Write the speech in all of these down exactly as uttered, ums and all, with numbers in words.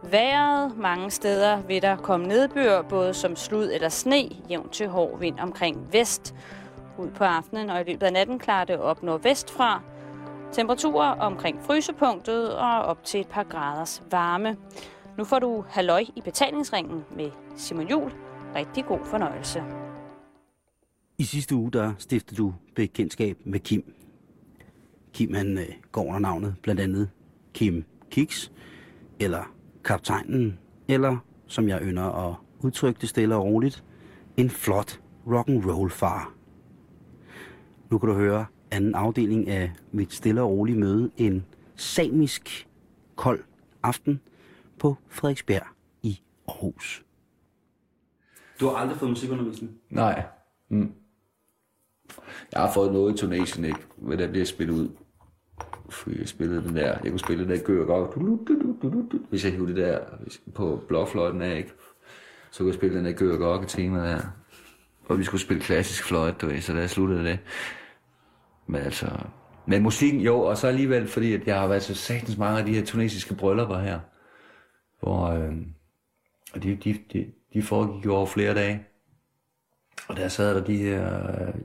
Vejret. Mange steder vil der komme nedbør, både som slud eller sne, jævnt til hård vind omkring vest. Ud på aftenen og i løbet af natten klarer det op nordvestfra. Temperaturer omkring frysepunktet og op til et par graders varme. Nu får du halløj i betalingsringen med Simon Juhl. Rigtig god fornøjelse. I sidste uge der stiftede du bekendtskab med Kim. Kim han øh, går under navnet blandt andet Kim Kiks, eller Kaptajnen, eller som jeg ynder at udtrykke det stille og roligt, en flot rock'n'roll far. Nu kan du høre anden afdeling af mit stille og rolige møde en samisk kold aften på Frederiksberg i Aarhus. Du har aldrig fået musikundervisning? Nej. Mm. Jeg har fået noget i Tunesien, ikke? Hvad der bliver spillet ud. Fordi jeg spillede den der, jeg kunne spille den der gør godt. Hvis jeg hiver det der på blokfløjten af, ikke? Så kunne jeg spille den der gør godt tema der. Og vi skulle spille klassisk fløjt, du ved, så der sluttede det. Men altså, men musikken, jo, og så alligevel, fordi at jeg har været så satans mange af de her tunesiske bryllupper her. Hvor, øh, og de, de, de, de foregik jo over flere dage. Og der sad der de her øh,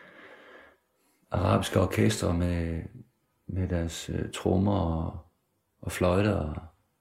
arabiske orkestre med, med deres øh, trommer og, og fløjter og,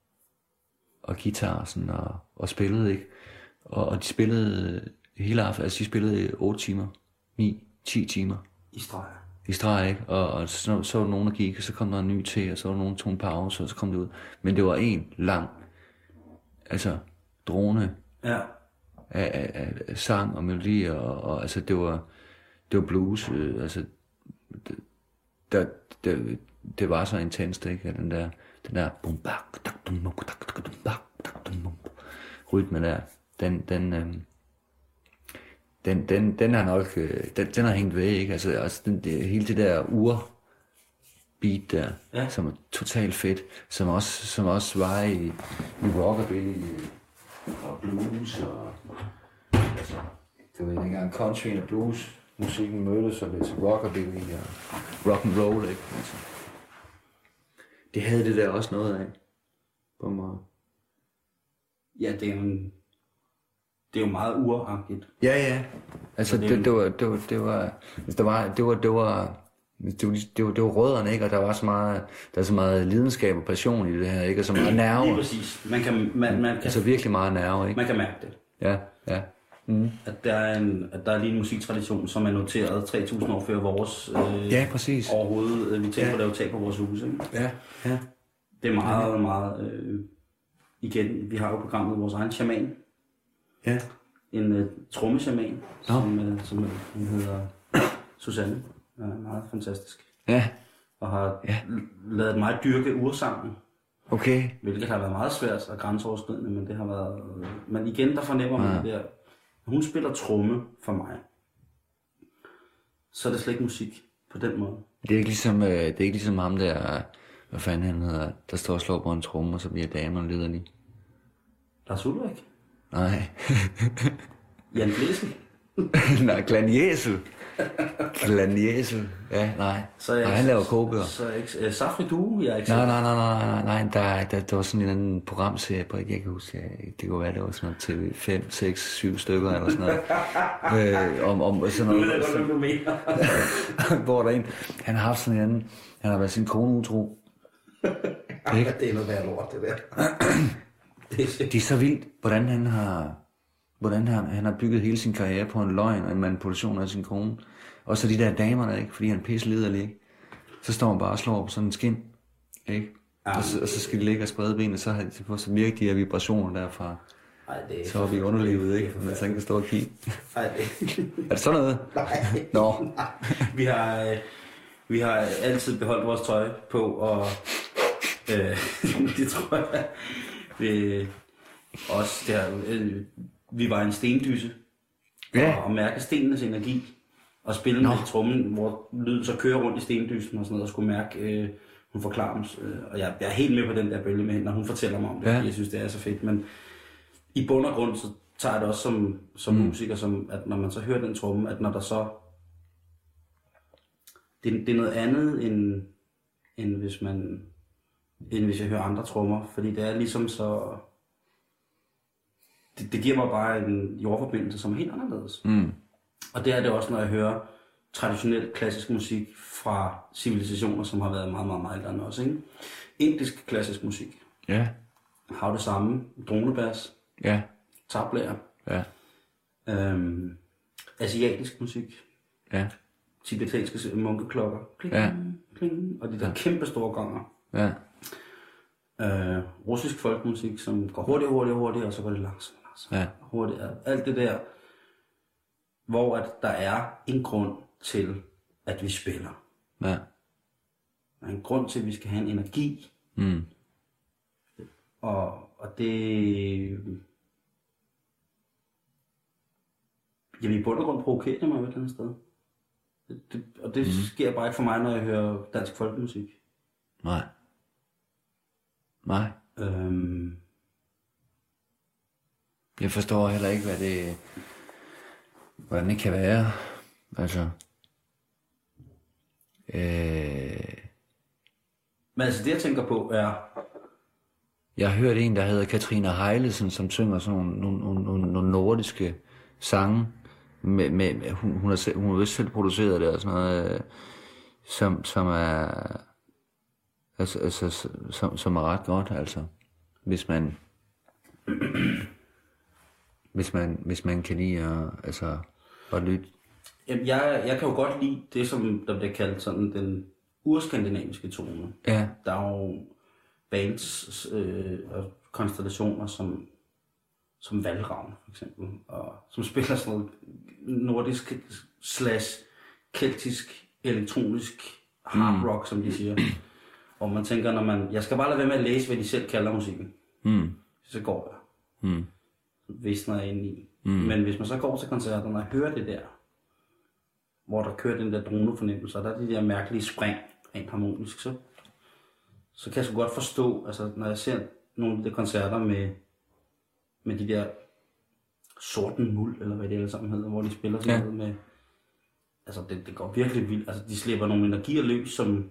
og guitar sådan, og, og spillede, ikke? Og, og de spillede hele aften, altså de spillede otte timer, ni, ti timer. I streg. I streg, ikke? Og, og så, så var der nogen, der gik, og så kom der en ny til, og så var der nogen, der tog en pause, og så kom det ud. Men det var en lang, altså drone. Ja. Af, af, af sang og melodier, og, og altså det var det var blues, øh, altså det, der, det, det var så intenst, ikke? Den der den der bum bak dak dum bum dak dak dum bak dak dum bum rytme der, den den øh, den den den har nok øh, den den har hængt ved, ikke? Altså altså den det, hele det der ur beat der, ja. Som er totalt fedt, som også som også var i, i rockabilly og blues og altså, det var dengang country og blues musikken mødtes og lidt rockabilly og rock and roll, ikke? Altså, det havde det der også noget af på mig. Ja, det er jo det er jo meget uragtigt. Ja, ja. Altså det, det, det var det var det var det var det var det var det var, det var, det var rødderne, ikke? Og der var så meget, der er så meget lidenskab og passion i det her, ikke? Og så meget nerve. Lige præcis. Man kan, man, man kan, altså virkelig meget nerve, ikke? Man kan mærke det. Ja, ja. Mm. At der er en, at der er lige en musiktradition, som er noteret tre tusind år før vores øh, ja, præcis. Overhovedet. Vi tænker ja. på at lave tag på vores hus, ikke? Ja, ja. Det er meget, meget. Øh, igen, vi har jo programmet vores egen shaman. Ja. En øh, trommeshaman, ja. som, øh, som øh, hun hedder Susanne. Ja, meget fantastisk. Ja. Og har ja. lavet mig dyrke ursangen. Okay. Hvilket har været meget svært og grænseoverskridende, men det har været... Men igen, der fornemmer man ja. det der. Hun spiller tromme for mig. Så er det slet ikke musik på den måde. Det er ikke ligesom, øh, det er ikke ligesom ham der, hvad fanden han hedder, der står og slår på en tromme, og så bliver damerne liderlige. Lars Ulrik? Nej. Jan Blæsel? Nej, Glenn Jesel. Glenn Jesel. Ja, nej. Så jeg, nej, han laver kogebøger. Så er ikke... Uh, Safri Due? Jeg er ikke nej, nej, nej, nej, nej, nej. Der, der, der var sådan en anden programserie på, jeg kan huske, det kunne være, det var sådan noget T V fem, seks, syv stykker eller sådan noget. øh, om, om sådan noget. Nu ved jeg godt, hvad du mener. Hvor der en, han har haft sådan en anden, han har været sin kone utro. Ikke? Det er noget værd lort, det der. Det er så vildt, hvordan han har... Hvordan han, han har bygget hele sin karriere på en løgn og en manipulation af sin kone. Og så de der damer der, ikke? Fordi han er pisseliderlig, ikke? Så står han bare og slår på sådan en skin, ikke? Ja. Og, så, og så skal de ligge og sprede benene, så, har, så virker de her vibrationer derfra. Ej, det er så er vi i underlivet, ikke? Men så han kan stå og kigge. Ej, det er det sådan noget? Nej. Nå. Nej. Vi har, øh, vi har altid beholdt vores tøj på, og øh, det tror jeg, vi også der... Øh, vi var en stendyse, ja. og, og mærke stenenes energi, og spille Nå. med trommen, hvor lyden så kører rundt i stendysen og sådan noget, og skulle mærke, øh, hun forklarer øh, og jeg, jeg er helt med på den der bølge med hende, når hun fortæller mig om det, ja. fordi jeg synes, det er så fedt, men i bund og grund, så tager jeg det også som, som mm. musiker, som, at når man så hører den tromme, at når der så, det, det er noget andet, end, end hvis man, end hvis jeg hører andre trommer, fordi det er ligesom så, det, det giver mig bare en jordforbindelse, som er helt anderledes. Mm. Og det er det også, når jeg hører traditionel klassisk musik fra civilisationer, som har været meget, meget, meget ældre også, ikke? Indisk klassisk musik. Ja. Har det samme. Dronebas. Ja. Tablaer. Ja. Øhm, asiatisk musik. Ja. Tibetanske munkeklokker. Kling, Ja. kling, og de der ja. kæmpe store gonger. Ja. Øh, russisk folkmusik, som går hurtigt, hurtigt, hurtigt, og så går det langsomt, langsomt. Ja. Hurtigt. Alt det der, hvor at der er en grund til, at vi spiller. Ja. Der er en grund til, at vi skal have en energi. Mm. Og, og det... Jamen i bund og grund provokerer det mig et eller andet sted. Det, det, og det mm. sker bare ikke for mig, når jeg hører dansk folkemusik. Nej. Nej. Øhm... Jeg forstår heller ikke, hvad det... Hvordan det kan være. Altså... Øh... Men altså det, jeg tænker på, er... Jeg har hørt en, der hedder Katrine Heilesen, som synger sådan nogle, nogle, nogle, nogle nordiske sange. Med, med, hun, hun, har selv, hun har vist selv produceret det og sådan noget, øh, som, som er... Altså, altså som, som er ret godt, altså. Hvis man... hvis man, hvis man kan lide at, altså, at lytte. Jamen, jeg, jeg kan jo godt lide det, som der bliver kaldt sådan den urskandinaviske tone. Ja. Der er jo bands øh, og konstellationer som, som Valravn, for eksempel, og som spiller sådan noget nordisk slash keltisk, elektronisk hard Mm. rock, som de siger. Og man tænker, når man... Jeg skal bare lade være med at læse, hvad de selv kalder musikken. Mm. Så går jeg. Mm. Visner jeg ind i. Mm. Men hvis man så går til koncerterne og hører det der, hvor der kører den der dronefornemmelse, og der er de der mærkelige spring, rent harmonisk, så, så kan jeg sgu godt forstå, altså når jeg ser nogle af de der koncerter med, med de der sorten muld, eller hvad det alle sammen hedder, hvor de spiller sådan ja. noget med, altså det, det går virkelig vildt, altså de slipper nogle energier løs, som,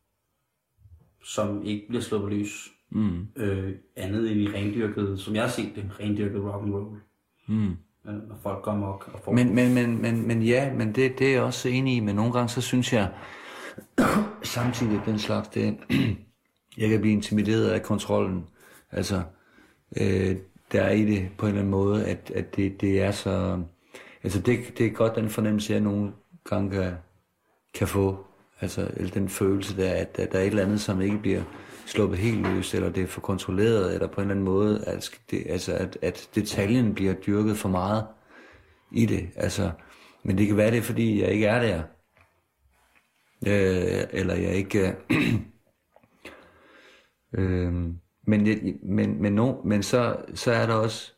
som ikke bliver sluppet løs. Mm. Øh, andet end i rendyrket, som jeg har set det, rendyrket rock and roll. Mm. Øh, når folk går mok og får... Men, men, men, men, men ja, men det, det er jeg også enig i, men nogle gange så synes jeg, samtidig den slags, det, jeg kan blive intimideret af kontrollen. Altså, øh, der er i det på en eller anden måde, at, at det, det er så... Altså, det, det er godt den fornemmelse, jeg nogle gange kan, kan få. Altså, eller den følelse der, at, at der er et eller andet, som ikke bliver sluppet helt løs, eller det er for kontrolleret, eller på en eller anden måde, at, det, altså, at, at detaljen bliver dyrket for meget i det. Altså, men det kan være det, fordi jeg ikke er der. Øh, eller jeg ikke... øh, men, jeg, men, men, no, men så, så er der også...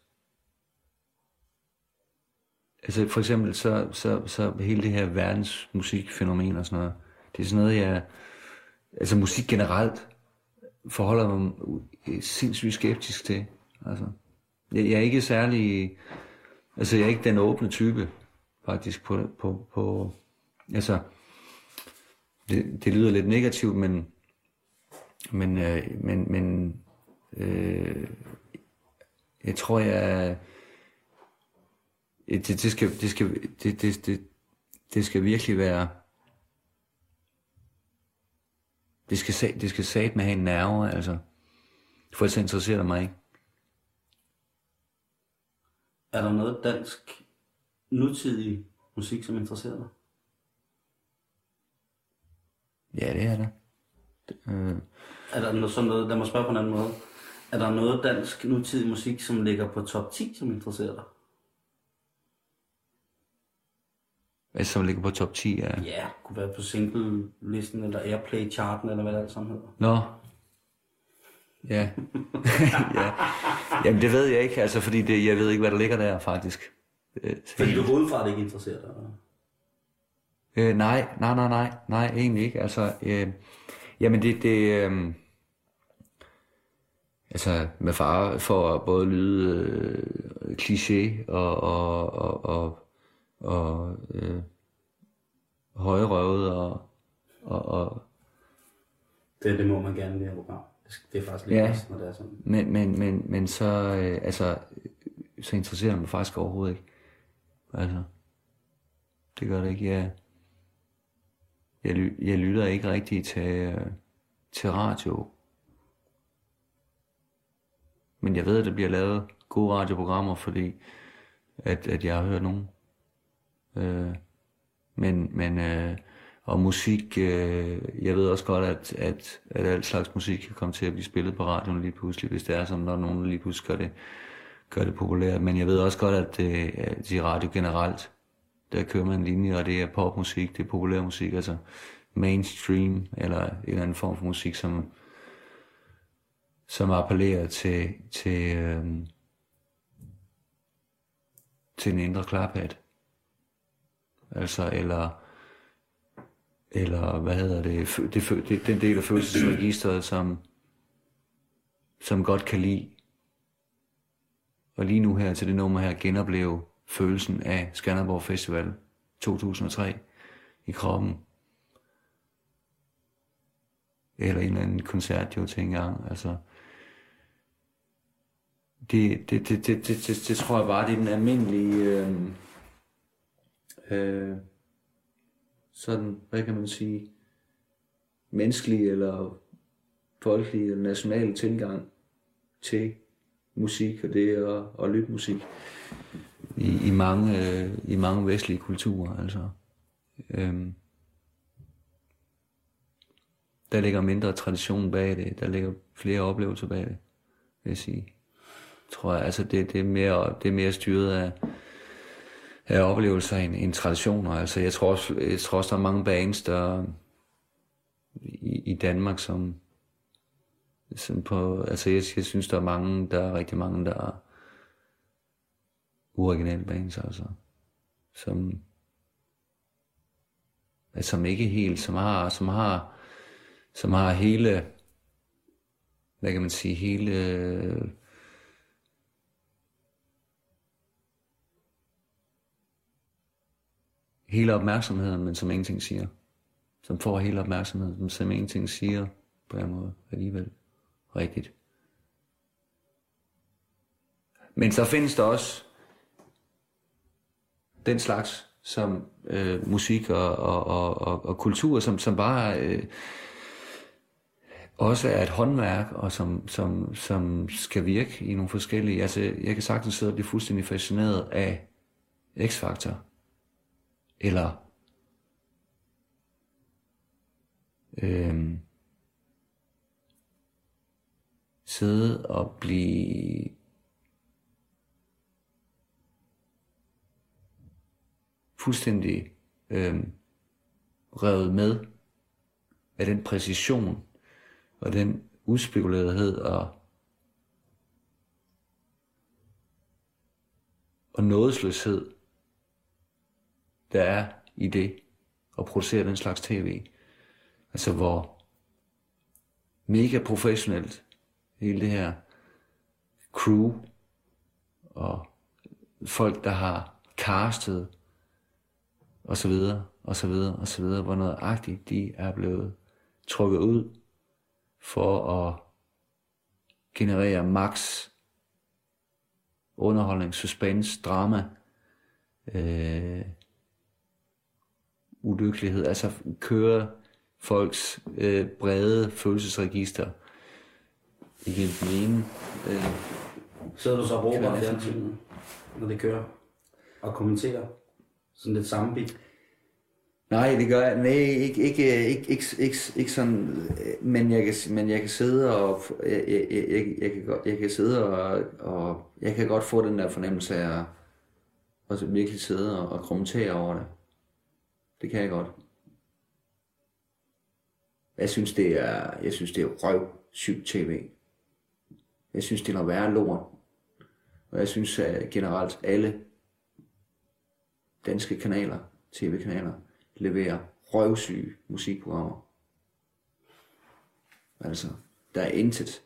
Altså for eksempel, så, så, så hele det her verdensmusikfænomen og sådan noget, det er sådan noget, jeg... Altså musik generelt forholder mig sindssygt skeptisk til. Altså, jeg, jeg er ikke særlig... Altså jeg er ikke den åbne type, faktisk, på... på, på altså, det, det lyder lidt negativt, men... Men... Øh, men, men øh, jeg tror, jeg... Det, det, skal, det, skal, det, det, det, det skal virkelig være... Det skal, det skal sat med at have en nerve, altså. For ellers interesserer det mig ikke. Er der noget dansk nutidig musik, som interesserer dig? Ja, det er der. Øh. Er der noget, sådan noget, lad mig spørge på en anden måde. Er der noget dansk nutidig musik, som ligger på top ti, som interesserer dig? Altså, som ligger på top ti, ja. Ja, kunne være på single-listen, eller Airplay-charten, eller hvad det alt sammen hedder. Nå. Ja. Ja. Jamen, det ved jeg ikke, altså, fordi det, jeg ved ikke, hvad der ligger der, faktisk. Fordi du går ud fra, at det ikke interesserer dig? Øh, nej, nej, nej, nej, nej, egentlig ikke. Altså, øh, jamen, det, det øh, altså, med fare for at både lyde øh, kliché og, og, og, og og øh, højrøvet og, og, og det, det må man gerne lide af program. Det er faktisk lidt ja, næsten, når det er sådan. Men, men, men, men så, øh, altså, så interesserer det mig faktisk overhovedet ikke. Altså, det gør det ikke. Jeg, jeg, jeg lytter ikke rigtig til, til radio. Men jeg ved, at der bliver lavet gode radioprogrammer, fordi at, at jeg har hørt nogen. Øh, men, men, øh, og musik, øh, jeg ved også godt, at, at, at alt slags musik kan komme til at blive spillet på radioen lige pludselig, hvis det er sådan, når nogen lige pludselig gør det, gør det populært. Men jeg ved også godt, at, øh, at i radio generelt, der kører man en linje, og det er popmusik, det er populær musik, altså mainstream, eller en eller anden form for musik, som, som appellerer til, til, øh, til en indre klarhed. Altså, eller, eller hvad hedder det, det, det den del af følelsesregisteret, som, som godt kan lide. Og lige nu her til det nummer her, genopleve følelsen af Skanderborg Festival to tusind og tre i kroppen. Eller en eller anden koncert, jo til en gang, altså. Det, det, det, det, det, det, det tror jeg bare, det er den almindelige, øh, øh, sådan, hvad kan man sige, menneskelige eller folkelige eller nationale tilgang til musik og det at, at lytte musik i, i, mange, øh, i mange vestlige kulturer, altså. Øh, der ligger mindre tradition bag det, der ligger flere oplevelser bag det, vil jeg sige. Tror jeg, altså det, det, er mere, det er mere styret af, af oplevelser end, end traditioner. Altså jeg tror, også, jeg tror også, der er mange bands, der i, i Danmark, som, som på, altså jeg, jeg synes, der er mange, der er rigtig mange, der er uoriginale bands, altså, som, altså, som ikke helt, som har, som har, som har hele, hvad kan man sige, hele hele opmærksomheden, men som ingenting siger. Som får hele opmærksomheden, men som ingenting siger på en måde alligevel rigtigt. Men så findes der også den slags som øh, musik og, og, og, og, og kultur, som, som bare øh, også er et håndværk, og som, som, som skal virke i nogle forskellige. Altså, jeg kan sagtens sidde og blive fuldstændig fascineret af X-Factor. Eller øhm, sidde og blive fuldstændig øhm, revet med af den præcision og den uspekulerethed og, og nådesløshed, der er i det at producere den slags tv. Altså hvor mega professionelt hele det her crew og folk, der har castet og så videre, og så videre, og så videre, hvor nøjagtigt de er blevet trukket ud for at generere max underholdning, suspense, drama, øh, udyggelighed, altså køre folks øh, brede følelsesregister igennem den ene. Øh, Sidder du så og råber fjernsynet, når det kører, og kommenterer sådan lidt sammenbit? Nej, det gør jeg. Nej, ikke, ikke, ikke, ikke, ikke, ikke sådan, men jeg kan, men jeg kan sidde og, jeg, jeg, jeg, jeg, kan, godt, jeg kan sidde og, og, jeg kan godt få den der fornemmelse af at virkelig sidde og, og kommentere over det. Det kan jeg godt. Jeg synes, det er, jeg synes, det er røvsygt tv. Jeg synes, det er noget værre lort. Og jeg synes at generelt alle danske kanaler, tv-kanaler, leverer røvsyge musikprogrammer. Altså, der er intet.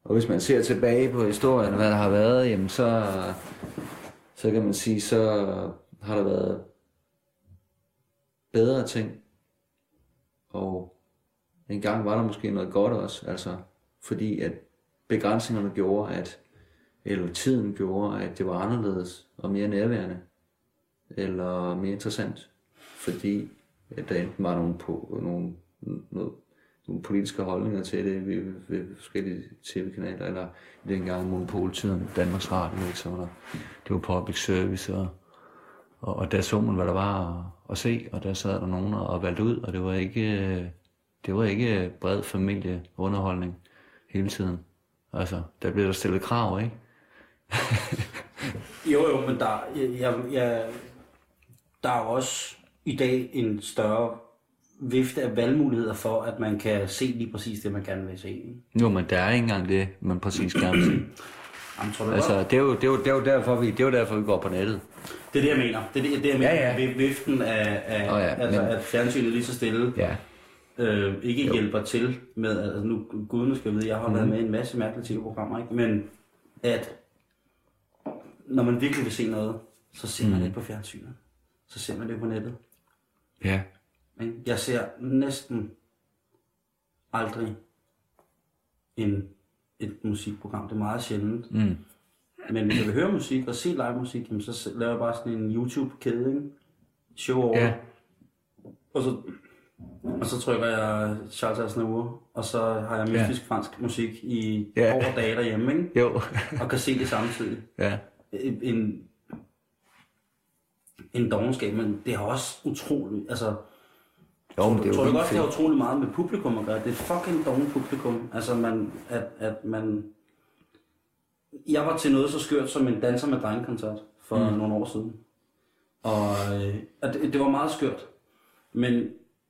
Og hvis man ser tilbage på historien, hvad der har været, jamen så, så kan man sige, så har der været bedre ting. Og engang var der måske noget godt også, altså fordi at begrænsningerne gjorde, at eller tiden gjorde, at det var anderledes og mere nærværende, eller mere interessant, fordi at der enten var nogle, på, nogle, nogle, nogle politiske holdninger til det ved, ved forskellige tv-kanaler, eller dengang monopoltiden, Danmarks Radio, ikke, så var der, det var public service, og, og, og der så man, hvad der var at, at se, og der sad der nogen og valgte ud, og det var ikke, det var ikke bred familieunderholdning hele tiden. Altså, der blev der stillet krav, ikke? jo, jo, men der, jeg, jeg, der er også i dag en større vifte af valgmuligheder for, at man kan se lige præcis det, man gerne vil se. Ikke? Jo, men der er ikke engang det, man præcis gerne vil se. Jamen, tror du altså, det er, jo, det, er jo, det, er jo derfor, vi, det er jo derfor, vi går på nettet. Det er det, jeg mener. Det er det, det jeg mener. Ja, ja. Viften af, af oh, ja, altså, men... at fjernsynet lige så stille ja. øh, ikke jo. hjælper til med, altså nu gudene skal vide, jeg har mm. været med i en masse mærkelige tv-programmer, ikke? Men at når man virkelig vil se noget, så ser man mm. det på fjernsynet. Så ser man det på nettet. Ja. Jeg ser næsten aldrig en, et musikprogram. Det er meget sjældent. Mm. Men hvis jeg vil høre musik og se live musik, jamen, så laver jeg bare sådan en YouTube-kæde, ikke? Show over. Ja. Og så, og så trykker jeg Charles Aznavour, og så har jeg mystisk ja. fransk musik i ja. over dage derhjemme, ikke? Jo. Og kan se det samtidig. Ja. En, en dovenskab, men det er også utroligt, altså... Jo, men det er jo tror du godt, det har utroligt meget med publikum at gøre? Det er fucking doven publikum. Altså, man, at, at man... Jeg var til noget så skørt som en danser med drengekoncert for mm. nogle år siden. Og øh, det, det var meget skørt. Men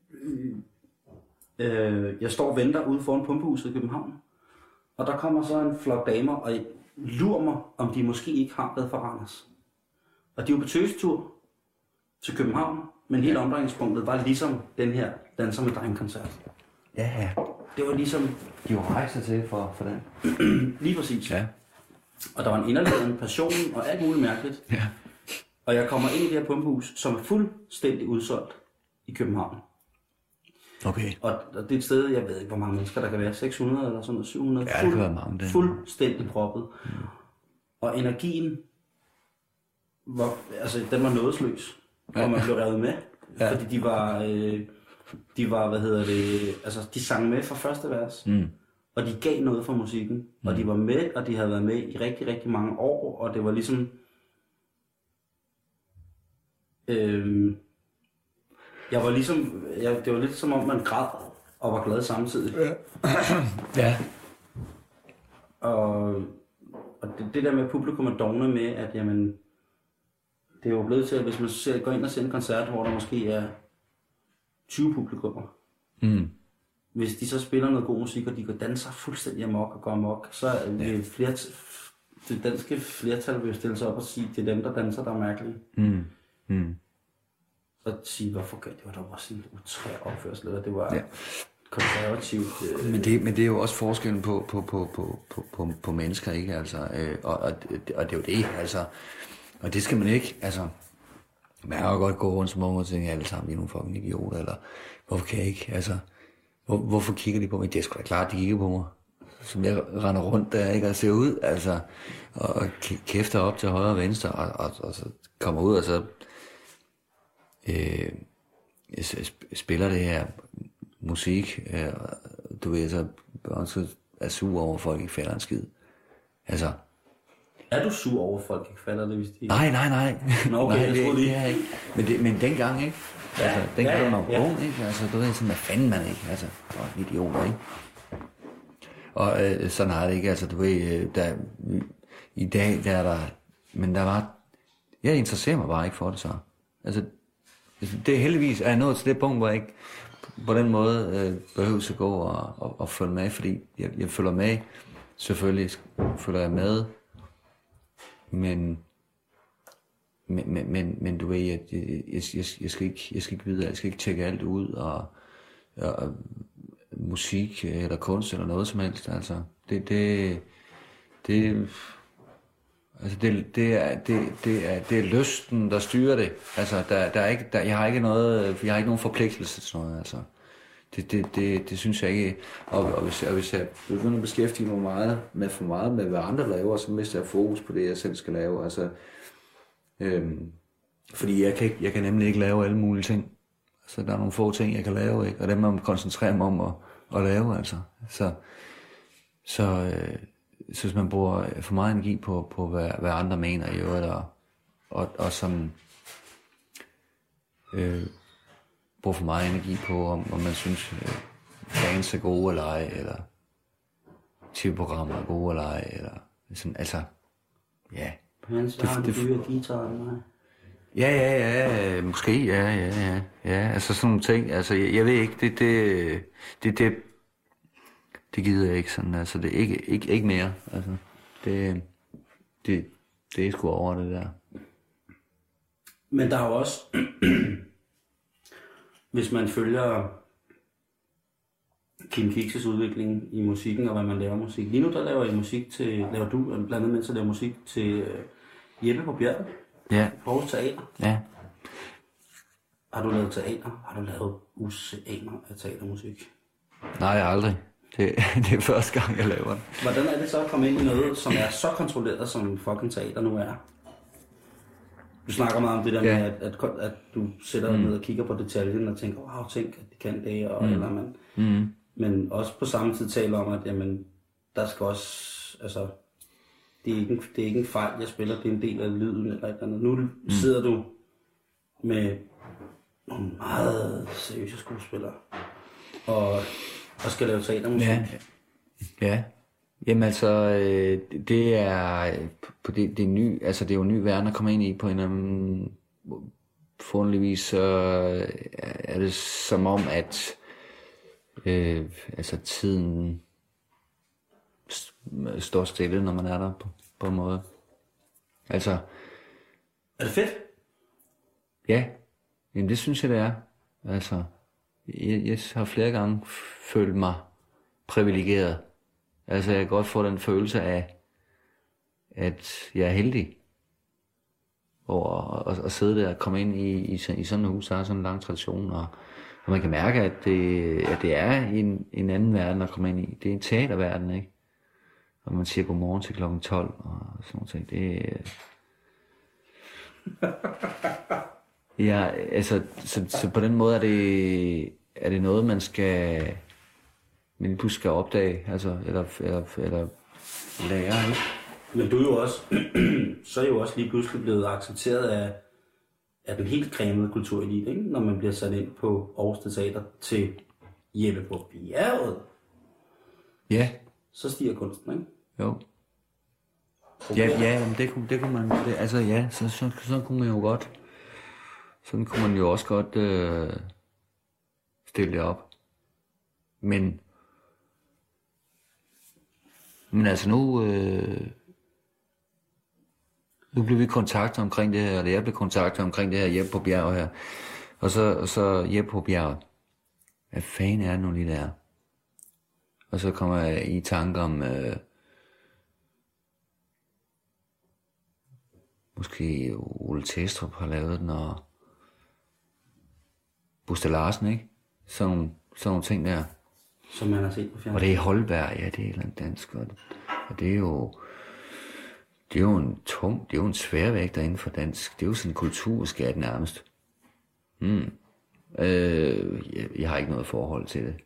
øh, jeg står og venter ude foran Pumpehuset i København. Og der kommer så en flok damer og lurer mig, om de måske ikke har været fra Randers. Og de var på tøsetur til København. Men hele omdrejningspunktet var ligesom den her danser med drengekoncert. Ja, ja. Det var ligesom... De var rejser til for, for den. Lige præcis. Ja. Og der var en inderlighed, en passion og alt muligt mærkeligt. Ja. Og jeg kommer ind i det her pumpehus, som er fuldstændig udsolgt i København. Okay. Og det er et sted, jeg ved ikke, hvor mange mennesker der kan være. seks hundrede eller sådan noget, syv hundrede. Ja, det kan være mange. Det. Fuldstændig proppet. Mm. Og energien, var, altså, den var nådesløs. Ja. Og man blev revet med. Ja. Fordi de var, øh, de var, hvad hedder det, altså de sang med fra første vers. Mm. Og de gav noget for musikken. Mm. Og de var med, og de havde været med i rigtig, rigtig mange år. Og det var ligesom... Øh, jeg var ligesom... Jeg, det var lidt som om, man græd og var glad samtidig. Ja. Ja. Og, og det, det der med publikum er dogne med, at jamen... Det er jo blevet til, at hvis man ser, går ind og ser en koncert, hvor der måske er tyve publikummer. Mm. Hvis de så spiller noget god musik, og de går danser fuldstændig amok og går amok, så er ja. det, flert, det danske flertal vil stille sig op og sige, det er dem, der danser, der er mærkelige. Mm. Mm. Og sige, hvorfor gør det? Det var da også en utrær opførsel, eller det var ja. konservativt. Øh... Men, det, men det er jo også forskellen på, på, på, på, på, på, på mennesker, ikke? Altså, øh, og, og, og det er jo det, altså... Og det skal man ikke, altså... Man kan jo godt gå rundt som unge og tænke, alle sammen, de er nogle fucking idioter, eller... Hvorfor kan jeg ikke, altså... Hvor, hvorfor kigger de på mig? Det er sgu da klart, de kigger på mig. Som jeg render rundt der, ikke? Og ser ud, altså... Og, og kæfter op til højre og venstre, og, og, og så kommer ud, og så... Øh, spiller det her musik, øh, du ved, så... så er sur over, at folk ikke falder en skid. Altså... Er du sur over, at folk ikke falder det, hvis de... Nej, nej, nej. Nå, okay, nej, jeg det, troede det er ikke. Men, det, men dengang, ikke? Ja, altså, dengang ja, ja, man var ja. ung, ikke? Altså, du ved sådan, hvad fanden man ikke? Altså, for en idioter, ikke? Og øh, sådan har det ikke, altså, du ved, der, i dag, der er der... Men der var... Jeg interesserer mig bare ikke for det, så. Altså, det er heldigvis, at jeg nået til det punkt, hvor jeg ikke på den måde øh, behøver at gå og, og, og følge med, fordi jeg, jeg følger med, selvfølgelig følger jeg med, men men, men, men, men du ved, jeg, jeg, jeg, jeg, skal ikke, jeg skal ikke vide, jeg skal ikke tjekke alt ud, og, og musik eller kunst eller noget som helst. Altså, det, det, det, altså det, det, er, det, det, er, det er lysten, der styrer det. Altså, der, der er ikke, der, jeg har ikke noget, jeg har ikke nogen forpligtelse til noget, altså. Det, det, det, det synes jeg ikke. Og, og, hvis, og hvis jeg begynder at beskæftige mig meget med for meget med, hvad andre laver, så mister jeg fokus på det, jeg selv skal lave. Altså, øhm, fordi jeg kan, ikke, jeg kan nemlig ikke lave alle mulige ting. Så der er nogle få ting, jeg kan lave, ikke? Og dem må man koncentrere mig om at, at lave, altså. Så, så, øh, så hvis man bruger for meget energi på, på hvad, hvad andre mener i øvrigt, og, og, og som øh, bruger for meget energi på, om, om man synes, øh, fans er gode eller ej, eller T V-programmer er gode eller ej, eller sådan, altså, ja. Men så har du dyre guitar eller nej? Ja, ja, ja, måske, ja, ja, ja, ja, altså sådan nogle ting, altså, jeg, jeg ved ikke, det, det, det, det, det gider jeg ikke sådan, altså, det er ikke, ikke, ikke mere, altså, det, det, det er sgu over det der. Men der er jo også, hvis man følger Kim Kiks' udvikling i musikken, og hvad man laver musik. Lige nu, der laver I musik til, laver du, blandt andet mens jeg laver musik til uh, Jeppe på Bjerget. Ja. På Teater. Ja. Har du lavet teater? Har du lavet oceaner af teatermusik? Nej, aldrig. Det, det er første gang, jeg laver det. Hvordan er det så at komme ind i noget, som er så kontrolleret, som fucking teater nu er? Du snakker meget om det der ja. med, at, at, at du sætter mm. ned og kigger på detaljen og tænker, wow, tænk, at de kan det, og, mm. eller man, mm. men også på samme tid taler om, at jamen, der skal også, altså, det er, ikke en, det er ikke en fejl, jeg spiller, det er en del af lyden eller et eller andet. Nu mm. sidder du med nogle meget seriøse skuespillere og, og skal lave teatermusik. Ja, ja. Jamen altså, øh, det er på det, det er ny, altså det er jo en ny verden at komme ind i på en eller anden forunderligvis, så er det som om at øh, altså tiden står stille, når man er der på, på en måde. Altså. Er det fedt? Ja, jamen det synes jeg det er. Altså, jeg, jeg har flere gange følt mig privilegeret. Altså, jeg kan godt få den følelse af, at jeg er heldig over at, at, at sidde der og komme ind i, i, i sådan et hus, der har sådan en lang tradition, og, og man kan mærke, at det, at det er en, en anden verden at komme ind i. Det er en teaterverden, ikke? Og man siger godmorgen til klokken tolv, og sådan noget ting. Det ja, altså, så, så på den måde er det, er det noget, man skal... men du skal opdage, altså, eller, eller, eller lære, ikke? Men du er jo også, så er jo også lige pludselig blevet accepteret af, af den helt cremede kulturelite, ikke? Når man bliver sat ind på Aarhus Teater til Jeppe på Bjerget. Ja. Så stiger kunsten, ikke? Jo. Okay. Ja, ja, men det kunne, det kunne man, det, altså ja, så, så, så kunne man jo godt, sådan kunne man jo også godt øh, stille det op. Men Men altså nu, øh, nu blev vi kontaktet omkring det her, eller jeg blev kontaktet omkring det her Jeppe på Bjerget her. Og så, og så Jeppe på Bjerget. Hvad fanden er det nu lige der? Og så kommer jeg i tanke om, øh, måske Ole Testrup har lavet den, og Buster Larsen, ikke? Sådan, sådan nogle ting der. Som man har set på fjernsynet. Og det er Holberg, ja, det er et eller andet dansk. Og, og det er jo, det er jo en tung, det er jo en sværvægter inden for dansk. Det er jo sådan en kulturskat nærmest. Mm. Øh, jeg, jeg har ikke noget forhold til det.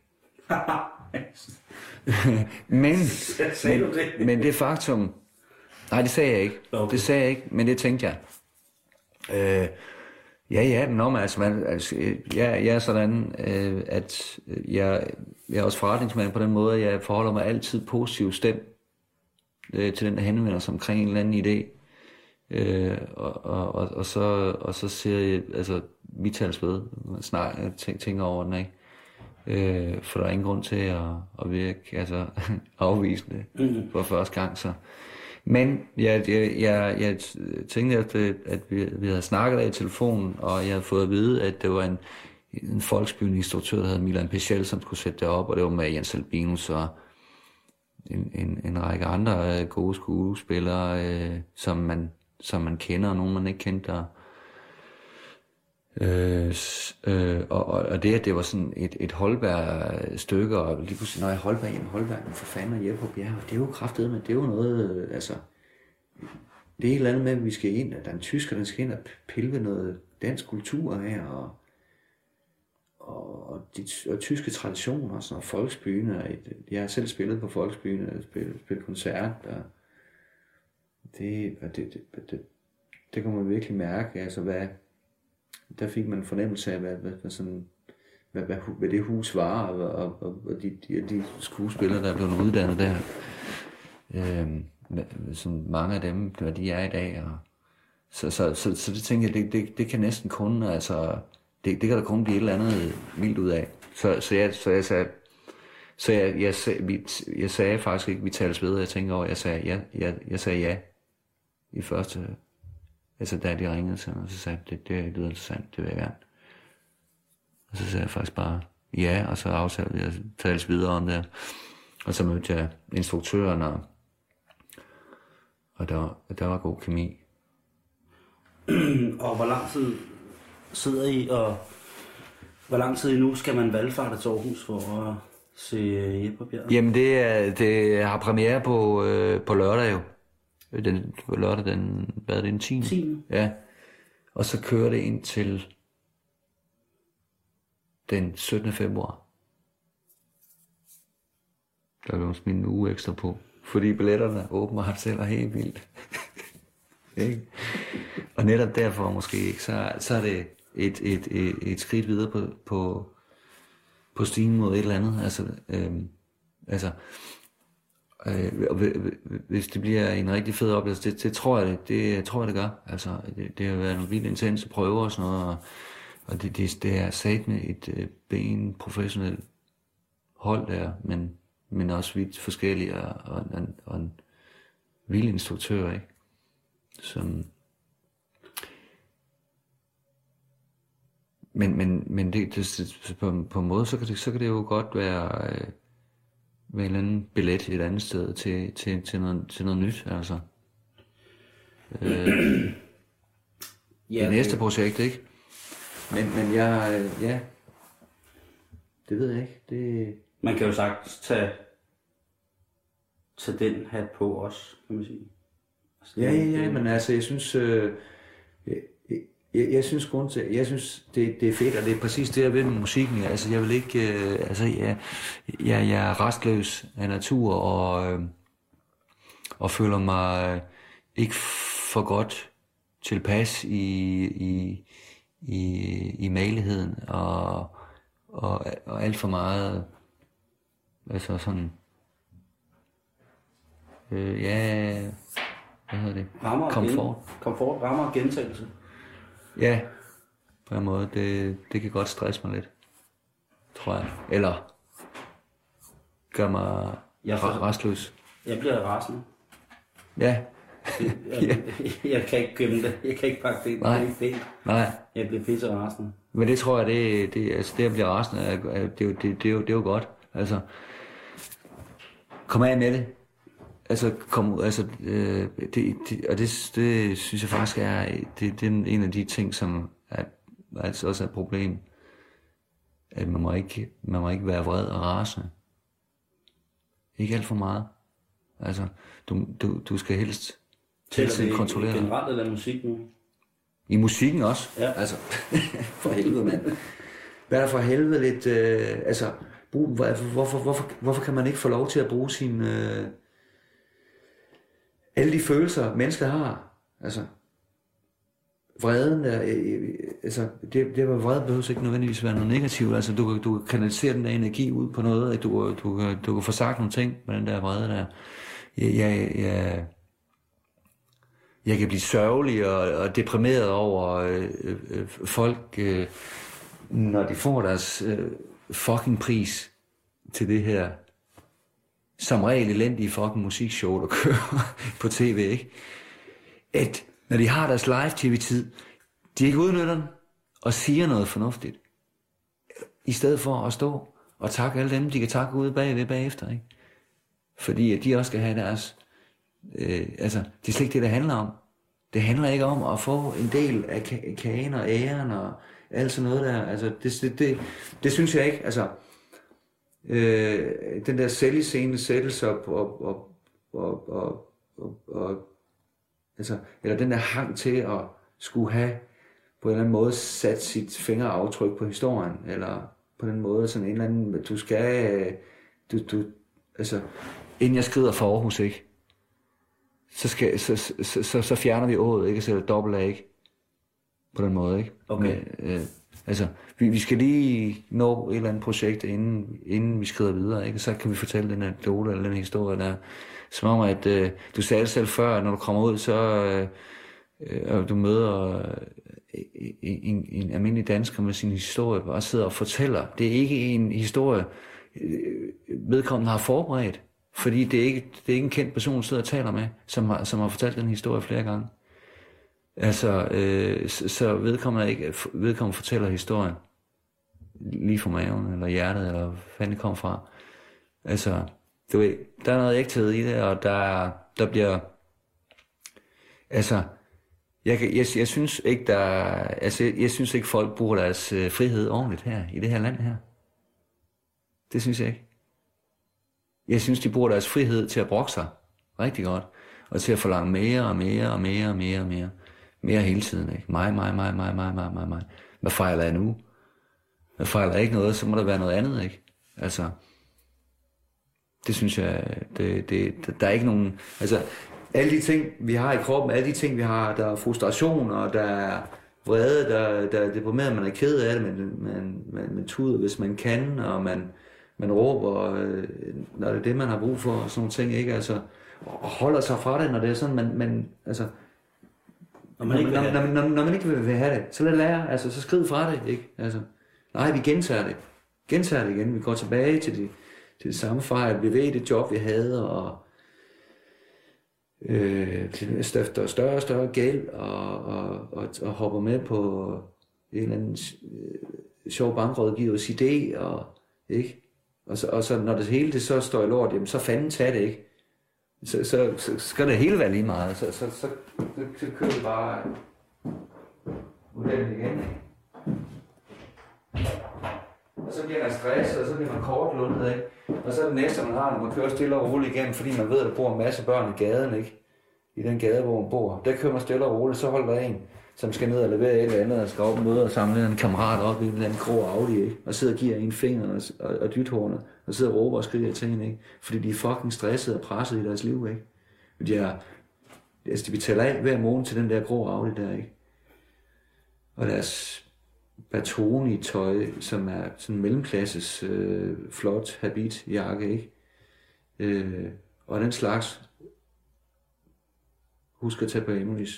men, men, men det faktum, nej, det sagde jeg ikke. Okay. Det sagde jeg ikke, men det tænkte jeg. Øh, Ja, ja, men om, altså, man, altså jeg, jeg er sådan, øh, at jeg, jeg er også forretningsmand på den måde, at jeg forholder mig altid positivt stemt øh, til den, der henvender sig omkring en eller anden idé. Øh, og, og, og, og, så, og så siger jeg, altså, vi taler spæd, snart tænker, tænker over den, ikke? Øh, for der er ingen grund til at, at virke altså, afvisende mm-hmm. for første gang, så... Men jeg, jeg, jeg, jeg tænkte, at, at vi, vi havde snakket af i telefonen, og jeg havde fået at vide, at det var en, en folksbyende instruktør, der hed Milan Pichel, som skulle sætte det op, og det var med Jens Albinus og en, en, en række andre øh, gode skuespillere, øh, som, man, som man kender, og nogen man ikke kendte der. Øh, øh, og, og det, at det var sådan et, et Holberg-stykke, og lige pludselig, når jeg Holberg, jamen Holberg, for fanden og Jeppe på bjerg, det er jo kraftedeme, det er jo noget, øh, altså, det er et eller andet med, at vi skal ind, at der er en tysker, der skal ind og pille ved noget dansk kultur her, og, og, og, de, og tyske traditioner, og sådan noget, Folksbyen, og et, jeg har selv spillet på Folksbyen, og spillet, spillet koncert, og det, det, det, det, det, det kan man virkelig mærke, altså hvad, der fik man en fornemmelse af, hvad, hvad, hvad, sådan, hvad, hvad, hvad det hus var, og, og, og, og de, de, de skuespillere, der er blevet uddannet der. Øhm, sådan mange af dem, hvad de er i dag. Og så, så, så, så det tænker jeg, det, det, det kan næsten kun, altså, det, det kan der kun blive et eller andet vildt ud af. Så, så, jeg, så jeg sagde, så jeg, jeg, jeg, vi, jeg sagde faktisk ikke, vi tales ved, jeg tænker over, jeg sagde, ja, jeg, jeg sagde ja i første. Altså da de ringede til mig, så sagde jeg, det, det lyder interessant, det vil jeg gerne. Og så sagde jeg faktisk bare ja, og så aftalte vi at tales videre om det. Og så mødte jeg instruktøren, og, og der, der var god kemi. Og hvor lang tid sidder I, og hvor lang tid endnu skal man valgfarte til Aarhus for at se Jeppe på bjerget? Jamen det, er, det har premiere på, øh, på lørdag jo. Den, lørdag den, hvad er det, den tiende? tiende? Ja. Og så kører det ind til den syttende februar. Der vil man smide en uge ekstra på. Fordi billetterne åbenbart sælger helt vildt. Ikke? Og netop derfor måske ikke, så, så er det et, et, et, et skridt videre på, på, på stigen mod et eller andet. Altså, øhm, altså Øh, hvis det bliver en rigtig fed oplevelse, det, det tror jeg det, det tror jeg det gør. Altså det, det har været nogle vildt intense prøver og sådan noget, og, og det, det, det er sat med et øh, ben professionelt hold der, men men også vidt forskellige og, og, og, og en vild instruktør, ikke? Som men men men det, det på, på en måde så kan det så kan det jo godt være øh, med en eller anden billet et andet sted til, til, til, noget, til noget nyt, altså. Øh, ja, det næste projekt, ikke? Men, men jeg, ja, det ved jeg ikke. Det... Man kan jo sagtens tage, tage den hat på også, kan man sige. Altså, ja, ja, ja, men altså, jeg synes, øh, jeg, jeg, jeg synes grund til, jeg synes, det, det er fedt, og det er præcis det, jeg vil med musikken. Altså, jeg vil ikke, øh, altså, jeg, jeg, jeg er restløs af natur, og, øh, og føler mig ikke for godt tilpas i, i, i, i maligheden, og, og, og alt for meget, altså sådan, øh, ja, hvad hedder det? Rammer komfort. Gen, komfort, rammer og gentagelse. Ja, på en måde. Det, det kan godt stresse mig lidt, tror jeg. Eller gør mig jeg for, restløs. Jeg bliver rasende. Ja. jeg, jeg, jeg kan ikke gemme det. Jeg kan ikke pakke det. Nej. Det er ikke fint. Nej. Jeg bliver pisse rasende. Men det tror jeg, det, det, altså det at blive rasende, det, det, det, det, er jo, det er jo godt. Altså, kom af med det. Altså, kom ud, altså, øh, det, det, og det, det synes jeg faktisk er, det, det er en af de ting, som er, altså også er et problem, at man må ikke, man må ikke være vred og rasende. Ikke alt for meget. Altså, du, du, du skal helst til kontrollere. Generelt eller musik nu? I musikken også? Ja. Altså, for helvede, mand. Hvad er der for helvede lidt, øh, altså, brug, hvorfor, hvorfor, hvorfor, hvorfor kan man ikke få lov til at bruge sin... Øh, alle de følelser, mennesker har, altså, vreden, der, altså, det, det var vrede behøver ikke nødvendigvis være noget negativt, altså, du, du kan kanalisere den der energi ud på noget, at du, du, du, du kan få sagt nogle ting med den der vrede der. Jeg, jeg, jeg, jeg kan blive sørgelig og, og deprimeret over øh, øh, folk, øh, når de får deres øh, fucking pris til det her som regel elendige fucking musikshow, der kører på tv, ikke? At når de har deres live-tv-tid, de ikke udnytter den og siger noget fornuftigt. i stedet for at stå og takke alle dem, de kan takke ude bagved bagefter, ikke? Fordi at de også skal have deres, øh, altså, det er slet ikke det, det handler om. Det handler ikke om at få en del af kagen og æren og alt sådan noget der, altså, det, det, det, det synes jeg ikke, altså, øh, den der selviscenesættelse op og, og, og, og, og, og, altså, eller den der hang til at skulle have på en eller anden måde sat sit fingeraftryk på historien, eller på den måde sådan en eller anden, du skal, du, du, altså, inden jeg skrider for Aarhus, ikke, så, skal, så, så, så, så fjerner vi ået, ikke, og sætter dobbelt af, ikke, på den måde, ikke. Okay. Men, øh, altså, vi, vi skal lige nå et eller andet projekt, inden, inden vi skrider videre, ikke, og så kan vi fortælle den anekdote, eller den historie, der som om, at øh, du sagde det selv før, at når du kommer ud, så øh, øh, du møder øh, en, en, en almindelig dansker med sin historie, og sidder og fortæller. Det er ikke en historie, øh, vedkommende har forberedt, fordi det er ikke, det er ikke en kendt person, du sidder og taler med, som har, som har fortalt den historie flere gange. Altså, øh, så, så vedkommende, ikke, vedkommende fortæller historien lige fra maven, eller hjertet, eller hvad fanden det kommer fra. Altså, du ved, der er noget ægthed i det, og der, der bliver, altså, jeg, jeg, jeg synes ikke, der, altså, jeg, jeg synes ikke, folk bruger deres øh, frihed ordentligt her, i det her land her. Det synes jeg ikke. Jeg synes, de bruger deres frihed til at brokke sig rigtig godt, og til at forlange mere og mere og mere og mere og mere. Mere hele tiden, ikke? Mig, mig, mig, mig, mig, mig, mig, mig. Hvad fejler jeg nu? Hvad fejler jeg ikke noget, så må der være noget andet, ikke? Altså, det synes jeg, det, det, der er ikke nogen, altså, alle de ting, vi har i kroppen, alle de ting, vi har, der er frustration, og der er vrede, der, der er deprimeret, man er ked af det, man, man, man, man tuder, hvis man kan, og man, man råber, når det er det, man har brug for, og sådan nogle ting, ikke? Altså, og holder sig fra det, når det er sådan, man, man altså, Når man, ikke når, vil når, når, når man ikke vil, vil have det, så lad det være, altså, så skrid fra det, ikke? Altså, nej, vi gentager det. Gentager det igen. Vi går tilbage til det, til det samme fejl. Vi ved det job, vi havde, og øh, stifter større og større gæld, og, og, og, og hopper med på en eller anden øh, sjov bankrådgivers idé, og, ikke? Og så, og så når det hele det så står i lort, jamen, så fanden tag det, ikke? Så, så, så skal det hele være lige meget. Så, så, så, så, så kører vi bare modellen igen, ikke? Og så bliver man stresset, og så bliver man kortlundet, ikke? Og så er det næste, man har, når man kører stille og roligt igennem, fordi man ved, at der bor en masse børn i gaden, ikke? I den gade, hvor man bor. Der kører man stille og roligt, så holder der en, som skal ned og levere et eller andet, og skal op og møde og samle en kammerat op i en eller anden grå Audi, ikke? Og sidder og giver en finger og, og, og dythårene, og sidder og råber og skriger til hende, ikke? Fordi de er fucking stressede og presset i deres liv, ikke? De er, altså de betaler af hver morgen til den der grå Audi der, ikke? Og deres Bertoni-tøj, som er sådan en mellemklasses øh, flot habitjakke, ikke? Øh, og den slags. Husk at tage på Emily's.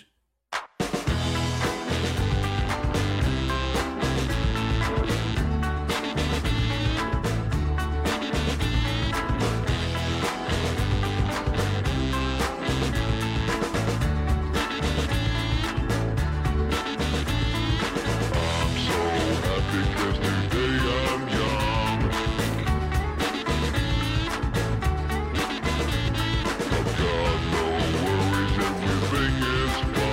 Got no worries, everything is fine.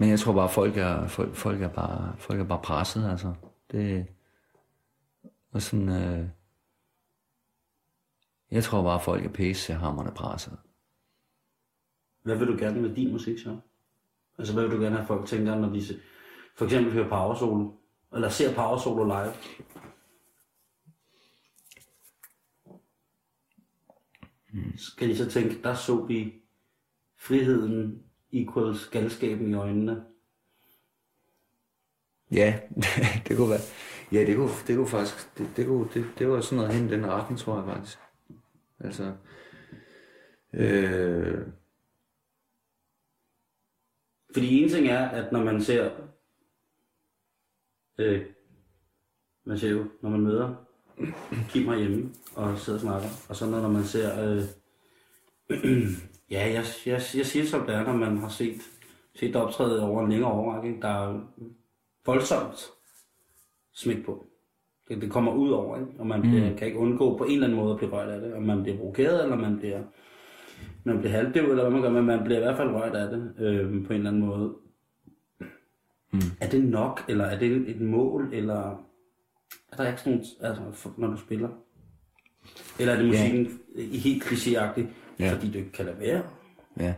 Men jeg tror bare, folk er, folk, folk er bare, folk er bare presset, altså. Det og sådan, øh, jeg tror bare, folk er pisse hamrende presset. Hvad vil du gerne med din musik så? Altså, hvad vil du gerne have folk tænker, når de for eksempel hører Power Solo, eller ser Power Solo live? Hmm. Skal de så tænke, der så vi friheden equals galskaben i øjnene? Ja, det kunne være. Ja, det kunne, det kunne faktisk, det, det, kunne, det, det var sådan noget hen i den retning, tror jeg faktisk. Altså, øh... Fordi en ting er, at når man ser, øh, man ser jo, når man møder Kim herhjemme og sidder og snakker, og så når man ser, øh, ja, jeg, jeg, jeg siger som det er, når man har set, set optræde over en længere overrække, der er voldsomt smæk på. Det, det kommer ud over, ikke? Og man bliver, mm. kan ikke undgå på en eller anden måde at blive rørt af det, og man bliver provokeret, eller man bliver... Man bliver halvdøv, eller hvad man gør, men man bliver i hvert fald rørt af det, øh, på en eller anden måde. Mm. Er det nok, eller er det et mål, eller er der ikke sådan noget, altså, når du spiller? Eller er det musikken yeah. helt klichéagtigt, yeah. fordi du ikke kan lade være? Ja.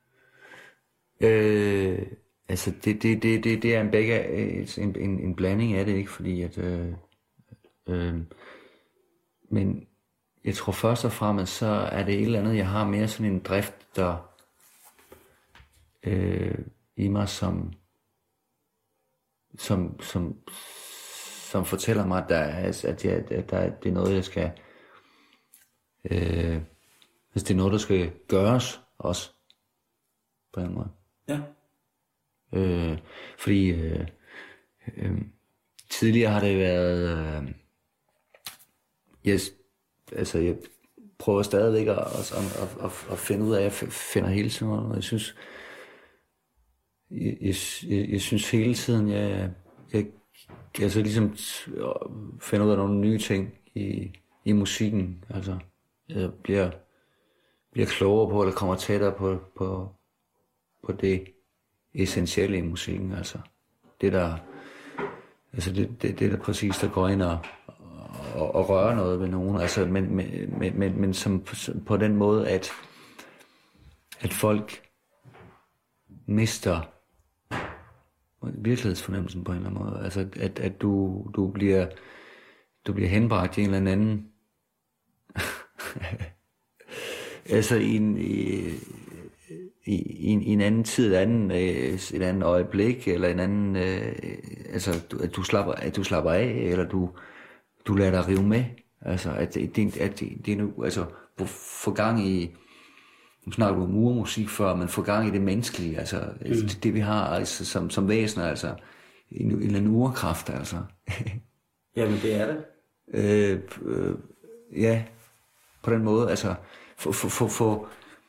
Øh, altså, det, det, det, det, det er en, begge, en, en, en blanding af det, ikke? Fordi at... Øh, øh, men... Jeg tror først og fremmest, så er det et eller andet, jeg har mere sådan en drift, der øh, i mig, som, som, som, som fortæller mig, at, der er, at, jeg, at der, det er noget, jeg skal, øh, hvis det er noget, der skal gøres også, på en måde. Ja. Øh, fordi øh, øh, tidligere har det været, øh, yes, altså, jeg prøver stadigvæk at, at, at, at, at finde ud af, at jeg finder hele tiden noget. Jeg synes, jeg, jeg, jeg, jeg synes hele tiden, jeg, jeg altså ligesom finder ud af nogle nye ting i, i musikken. Altså, jeg bliver, bliver klogere på, eller kommer tættere på, på, på det essentielle i musikken. Altså, det der, altså det, det, det der præcis, der går ind og Og, og røre noget ved nogen, altså, men, men, men, men som på den måde, at, at folk mister virkelighedsfornemmelsen på en eller anden måde. Altså, at, at du, du, bliver, du bliver henbragt i en eller anden... altså, i en, i, i, i, en, i en anden tid, et andet, et andet øjeblik, eller en anden... Altså, at du slapper, at du slapper af, eller du... Du lader dig rive med, altså at det, det, at det, det er nu, altså få gang i, nu snakker du om urmusik før, men få gang i det menneskelige, altså mm. det, det vi har altså, som, som væsener, altså en, en eller anden urkraft, altså. Jamen det er det. øh, øh, ja, på den måde, altså få, få, få, få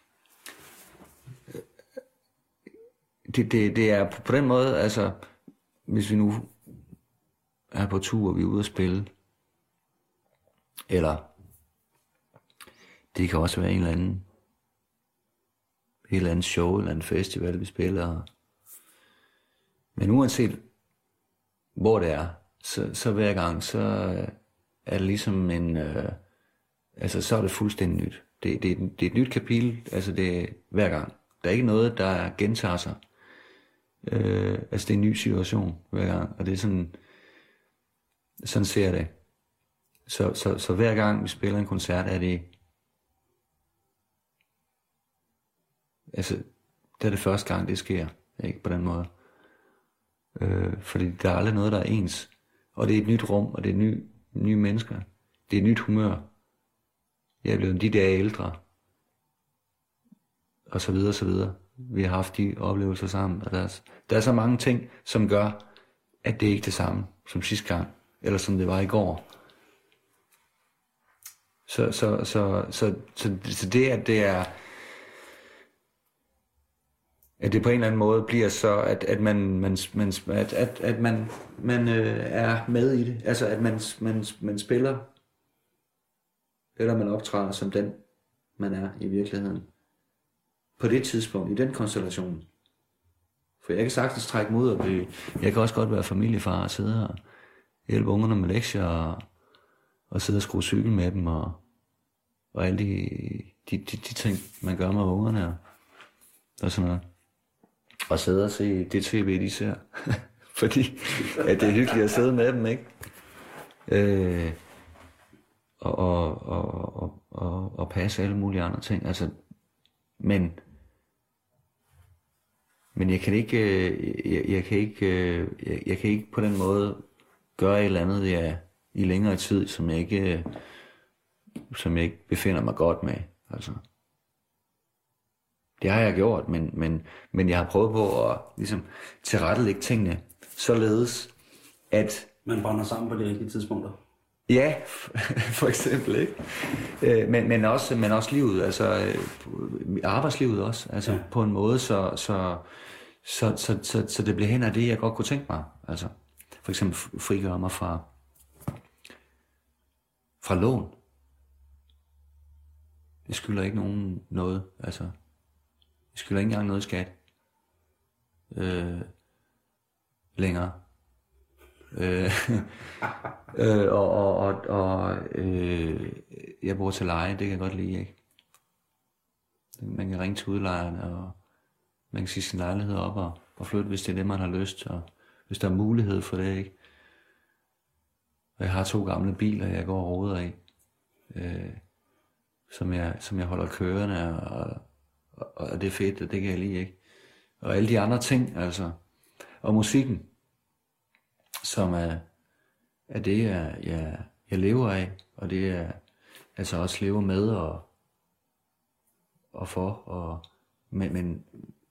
det, det, det er på den måde, altså hvis vi nu er på tur, og vi er ude at spille, eller det kan også være en eller anden en eller anden show, en eller anden festival, vi spiller. Men uanset hvor det er, så, så hver gang, så er det ligesom en, øh, altså så er det fuldstændig nyt. Det, det, det er et nyt kapitel, altså det er hver gang. Der er ikke noget, der gentager sig. Øh, altså det er en ny situation hver gang, og det er sådan, sådan ser jeg det. Så, så, så hver gang vi spiller en koncert, er det, altså, det er det første gang, det sker, ikke på den måde. Øh, fordi der er aldrig noget, der er ens. Og det er et nyt rum, og det er nye, nye mennesker. Det er et nyt humør. Jeg er blevet de dage ældre. Og så videre, og så videre. Vi har haft de oplevelser sammen. Og der er, der er så mange ting, som gør, at det ikke er det samme som sidste gang. Eller som det var i går. Så, så, så, så, så, så det, at det er, at det på en eller anden måde bliver så, at, at man, man, man, at, at, at man, man øh, er med i det. Altså, at man, man, man spiller, eller man optræder som den, man er i virkeligheden. På det tidspunkt, i den konstellation. For jeg kan sagtens trække mig ud og blive... Jeg kan også godt være familiefar og sidde og hjælpe ungerne med lektier og, og sidde og skrue cykel med dem og, og alle de, de, de, de ting, man gør med ungerne og, og sådan noget. Og sidde og se det tv, de ser. Fordi at det er hyggeligt at sidde med dem, ikke? Øh, og, og, og, og, og, og passe alle mulige andre ting. Altså, men... Men jeg kan ikke, jeg, jeg kan ikke, jeg, jeg kan ikke på den måde gøre et eller andet, ja, i længere tid, som jeg ikke, som jeg ikke befinder mig godt med. Altså, det har jeg gjort, men, men, men jeg har prøvet på at ligesom tilrettelægge tingene således, at man brænder sammen på de rigtige tidspunkter. Ja, for eksempel, ikke? Men, men, også, men også livet, altså arbejdslivet også, altså ja. På en måde, så, så, så, så, så, så det bliver hen af det, jeg godt kunne tænke mig. Altså, for eksempel frigøre mig fra, fra lån. Jeg skylder ikke nogen noget, altså. Jeg skylder ikke engang noget i skat. Øh, længere. øh, øh, og og, og, og øh, jeg bor til leje, det kan jeg godt lide, ikke? Man kan ringe til udlejerne, og man kan sige sin lejlighed op og, og flytte, hvis det er det, man har lyst, og hvis der er mulighed for det, ikke? Og jeg har to gamle biler, jeg går og roder i, øh, som, jeg, som jeg holder kørende, og, og, og det er fedt, og det kan jeg lide, ikke? Og alle de andre ting, altså. Og musikken, som er, er det, jeg, jeg, jeg lever af, og det er altså også lever med og, og for, og, men, men,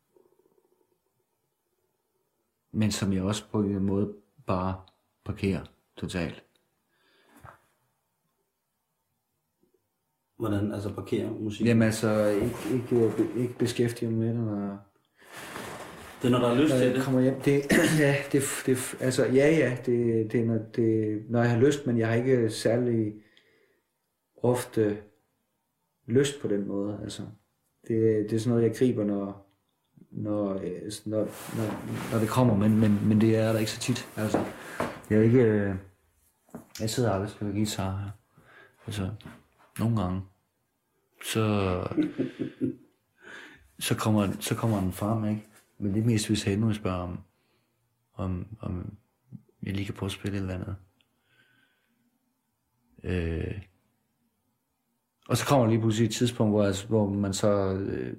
men som jeg også på en måde bare parkerer totalt. Hvordan, altså parkerer musik? Jamen altså, ikke, ikke, ikke beskæftige mig med det, når... Det er, når der er lyst når til det? Kommer hjem. Det, ja, det, det, altså, ja, ja, det, det er, når, det, når jeg har lyst, men jeg har ikke særlig ofte lyst på den måde, altså. Det, det er sådan noget, jeg griber, når, når, når, når, når det kommer, men, men, men det er der ikke så tit, altså. Jeg er ikke... Jeg sidder aldrig og spiller guitar her. Altså, nogle gange. Så... Så kommer, så kommer den frem, ikke? Men det er mest, hvis Henry spørger om, om, om jeg lige kan prøve at spille et eller andet. Øh. Og så kommer lige pludselig et tidspunkt, hvor, altså, hvor man så... Øh,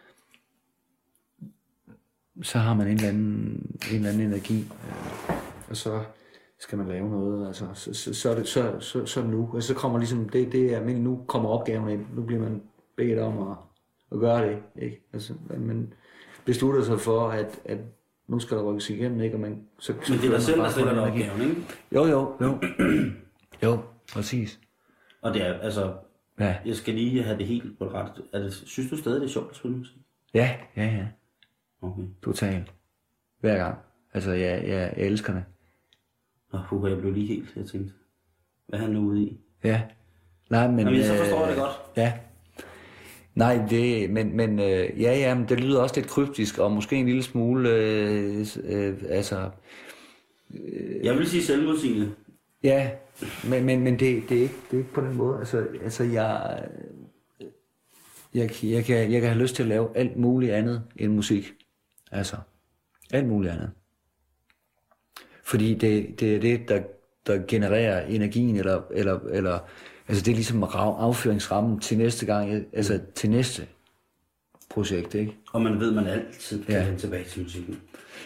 så har man en eller anden, en eller anden energi, øh, og så skal man lave noget, altså, så, så, så er det så, så, så nu, og så kommer ligesom, det, det er, men nu kommer opgaven ind, nu bliver man bedt om at, at gøre det, ikke? Altså, man beslutter sig for, at, at nu skal der rykkes igennem, ikke? Og man, så, så men det er dig selv, der stiller dig opgaven, ikke? Jo, jo, jo. Jo, præcis. Og det er, altså, ja. Jeg skal lige have det helt på det rette. Er det, synes du stadig, det er sjovt at spille musik? Ja, ja, ja. Okay. Totalt. Hver gang. Altså, jeg, jeg elsker det. Nå, puha, jeg blev lige helt, jeg tænkte, hvad er han nu ude i? Ja. Nej, men... Jamen, så forstår jeg øh, det godt. Ja. Nej, det, men, men øh, ja, ja, men det lyder også lidt kryptisk, og måske en lille smule, øh, øh, altså... Øh, jeg vil sige selvmodsigende. Ja, men, men, men det, det, er ikke, det er ikke på den måde. Altså, altså jeg, jeg, jeg, kan, jeg kan have lyst til at lave alt muligt andet end musik. Altså, alt muligt andet. Fordi det, det er det, der, der genererer energien, eller, eller, eller altså det er ligesom affyringsrammen til næste gang, altså mm. til næste projekt, ikke? Og man ved, man altid kan ja. vende tilbage til musikken.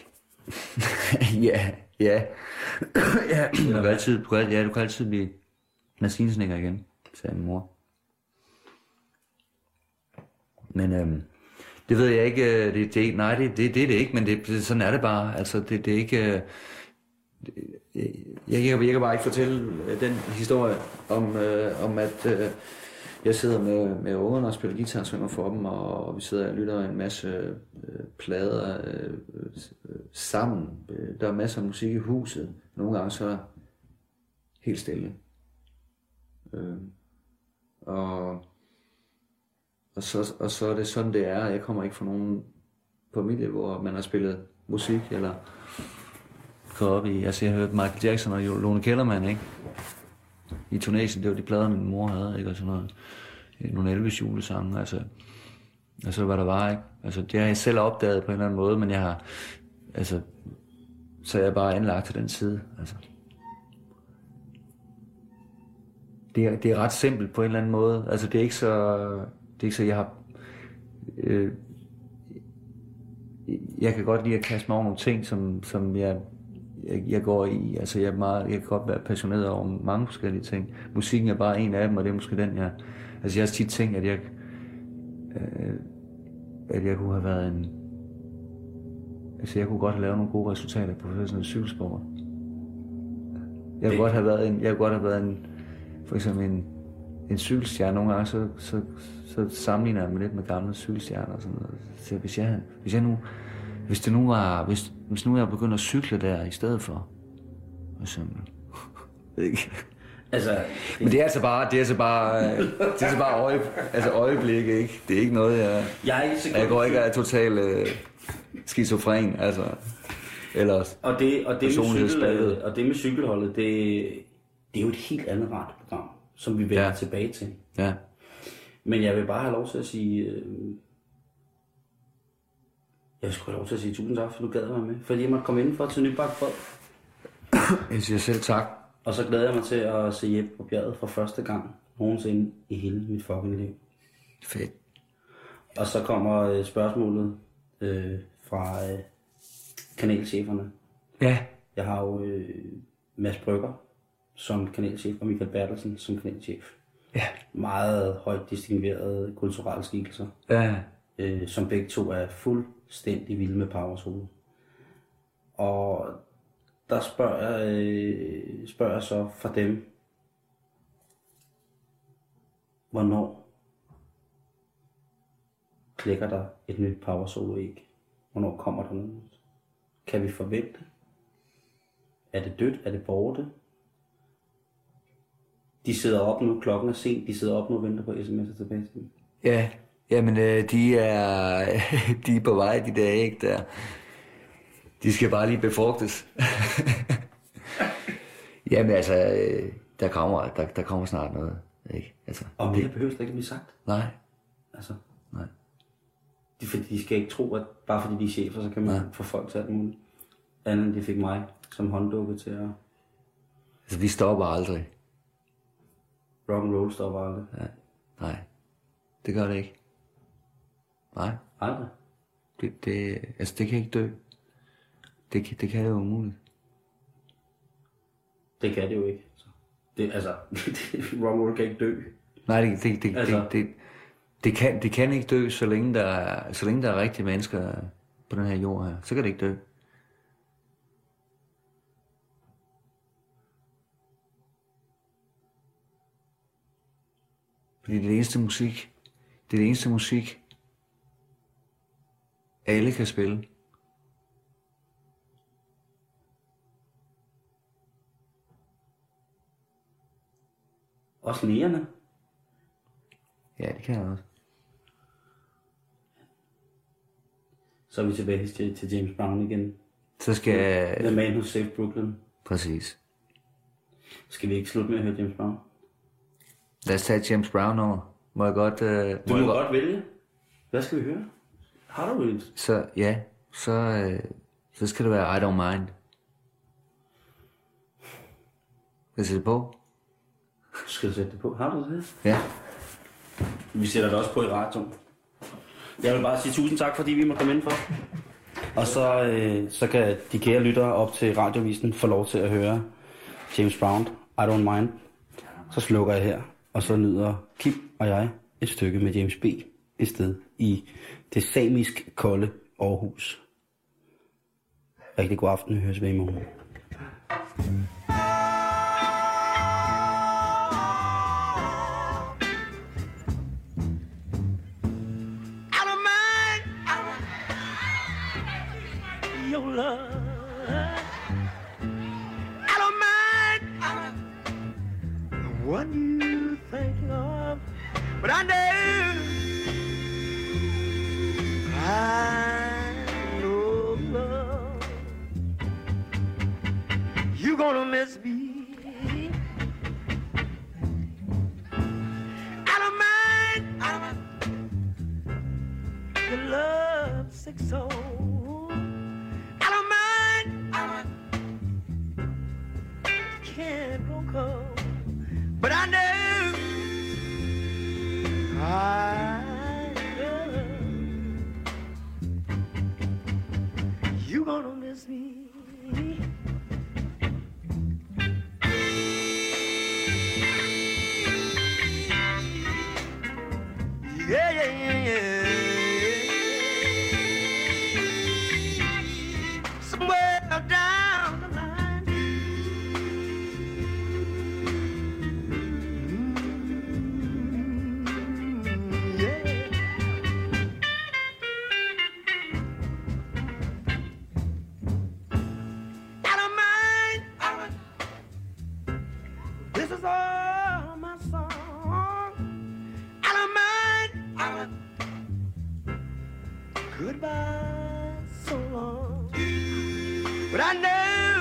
ja, ja. ja. Du kan altid, du kan, ja, du kan altid blive maskinesnedker igen, sagde min mor. Men øhm, det ved jeg ikke, det, det, nej, det, det, det er det ikke, men det, sådan er det bare. Altså, det, det er ikke... Jeg, jeg, jeg kan bare ikke fortælle den historie om, øh, om at øh, jeg sidder med, med ungerne og spiller guitar og synger for dem, og, og vi sidder og lytter en masse øh, plader øh, øh, sammen. Der er masser af musik i huset. Nogle gange så er der helt stille. Øh, og, og, så, og så er det sådan, det er. Jeg kommer ikke fra nogen familie, hvor man har spillet musik, eller gå op i, altså jeg hørte Michael Jackson og Lone Kellerman, ikke? I Tunesien, det var de plader, min mor havde, ikke? Og sådan noget, nogle Elvis julesange, altså, altså hvad der var, ikke? Altså det har jeg selv opdaget på en eller anden måde, men jeg har, altså, så er jeg bare anlagt til den side, altså. Det er, det er ret simpelt på en eller anden måde, altså det er ikke så, det er ikke så, jeg har, øh, jeg kan godt lide at kaste mig over nogle ting, som, som jeg, jeg, jeg går i. Altså jeg, er meget, jeg kan godt være passioneret over mange forskellige ting. Musikken er bare en af dem, og det er måske den, jeg... Altså jeg har tit tænkt, at jeg, øh, at jeg kunne have været en... Altså jeg kunne godt have lavet nogle gode resultater på professionel cykelsport. Jeg kunne godt have været en... Jeg kunne godt have været en... For eksempel en, en cykelstjerne. Nogle gange så, så, så sammenligner jeg mig lidt med gamle cykelstjerner og sådan noget. Så hvis jeg, hvis jeg nu... Hvis det nu var, hvis, hvis nu jeg begynder at cykle der i stedet for, for eksempel. Altså, det... Men det er altså bare, det er altså bare, det er altså bare øje, altså øjeblik, ikke? Det er ikke noget, jeg, jeg, er ikke jeg går ikke af total uh, skizofren, altså, eller og det, og det med cykel, og det med cykelholdet, det, det er jo et helt andet radioprogram, som vi vender ja. tilbage til. Ja. Men jeg vil bare have lov til at sige, øh, jeg skulle have lov til at sige tusind tak, for du gad mig med. Fordi jeg måtte komme indenfor til Nybagt Brød. Jeg siger selv tak. Og så glæder jeg mig til at se Jeppe på bjerget for første gang nogensinde i hele mit fucking liv. Fedt. Og så kommer spørgsmålet øh, fra øh, kanalcheferne. Ja. Jeg har jo øh, Mads Brygger som kanalchef og Michael Bertelsen som kanalchef. Ja. Meget højt distinguerede kulturelle skikkelser. Ja. Øh, som begge to er fuldstændig vilde med powersolo. Og der spørger jeg, øh, spørger jeg så fra dem, hvornår klikker der et nyt powersolo-æg? Hvornår kommer der noget? Kan vi forvente? Er det dødt? Er det borte? De sidder op nu, klokken er sent, de sidder op nu og venter på sms'er tilbage til dem. Ja, jamen øh, de er de er på vej, de der æg der. De skal bare lige befrugtes. Jamen altså, øh, der kommer, der, der kommer snart noget, ikke? Altså, og mere behøver slet ikke at blive sagt. Nej. Altså, nej. De, fordi de skal ikke tro, at bare fordi de er chefer, så kan man nej. få folk til alt muligt. Andet end de fik mig som hånddukke til at... Altså, vi stopper aldrig. Rock and roll stopper aldrig. Ja. Nej, det gør det ikke. Nej. Aldrig? Det, det, altså, det kan ikke dø. Det, det kan det jo umuligt. Det kan det jo ikke. Det, altså, rock and roll kan ikke dø. Nej, det, det, det, altså... det, det, det, kan, det kan ikke dø, så længe der er, så længe der er rigtige mennesker på den her jord her. Så kan det ikke dø. Fordi det er det eneste musik, det er det eneste musik, alle kan spille. Også lægerne? Ja, det kan jeg også. Så er vi tilbage til, til James Brown igen. Så skal... The Man Who Saved Brooklyn. Præcis. Skal vi ikke slutte med at høre James Brown? Lad os tage James Brown over. Må jeg godt... Uh, må du må jeg godt, godt vælge. Hvad skal vi høre? Har du et? Så, ja. Så, uh, så skal det være I Don't Mind. Skal jeg sætte det på? Skal du sætte det på? Har du det? Ja. Vi sætter det også på i radioen. Jeg vil bare sige tusind tak, fordi vi må komme indenfor. Og så, øh, så kan de kære lyttere op til radiovisen få lov til at høre James Brown, I Don't Mind. Så slukker jeg her, og så nyder Kim og jeg et stykke med James B. et sted i det samisk kolde Aarhus. Rigtig god aften, vi høres ved i morgen. What you thinking of? But I know, I know love. miss me. I don't mind, I don't mind your love sick soul. I don't mind, I don't mind can't go cold, but I know I know you gonna miss me. Yeah, yeah, yeah, yeah. Somewhere down the line. Mm, yeah. I don't mind. I don't... This is all my song. I don't mind. I don't... Goodbye so long. But I know,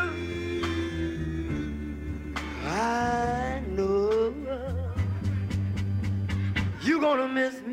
I know you gonna miss me.